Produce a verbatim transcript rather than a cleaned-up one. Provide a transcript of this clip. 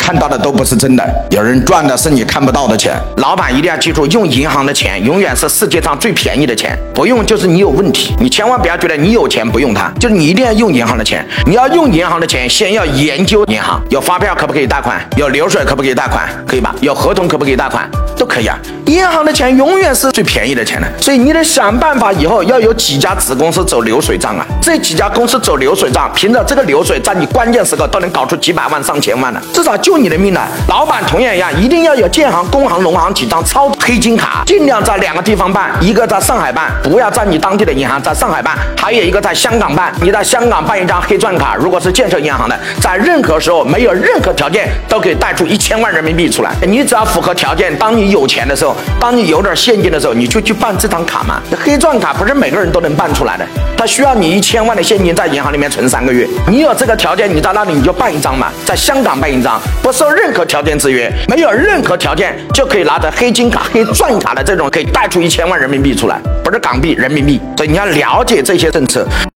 看到的都不是真的，有人赚的是你看不到的钱。老板一定要记住，用银行的钱永远是世界上最便宜的钱，不用就是你有问题。你千万不要觉得你有钱不用它，就是你一定要用银行的钱。你要用银行的钱，先要研究银行，有发票可不可以贷款，有流水可不可以贷款，可以吧？有合同可不可以贷款，都可以啊。银行的钱永远是最便宜的钱的，所以你得想办法以后要有几家子公司走流水账啊。这几家公司走流水账，凭着这个流水，在你关键时刻都能搞出几百万上千万的，至少救你的命了。老板同样一样，一定要有建行、工行、农行几张超黑金卡，尽量在两个地方办，一个在上海办，不要在你当地的银行，在上海办，还有一个在香港办。你在香港办一张黑钻卡，如果是建设银行的，在任何时候没有任何条件都可以贷出一千万人民币出来。你只要符合条件，当你有钱的时候，当你有点现金的时候，你就去办这张卡嘛。黑钻卡不是每个人都能办出来的，它需要你一千万的现金在银行里面存三个月。你有这个条件，你在那里你就办一张嘛，在香港办一张，不受任何条件制约，没有任何条件就可以拿着黑金卡、黑钻卡的这种，可以贷出一千万人民币出来，不是港币，人民币。所以你要了解这些政策。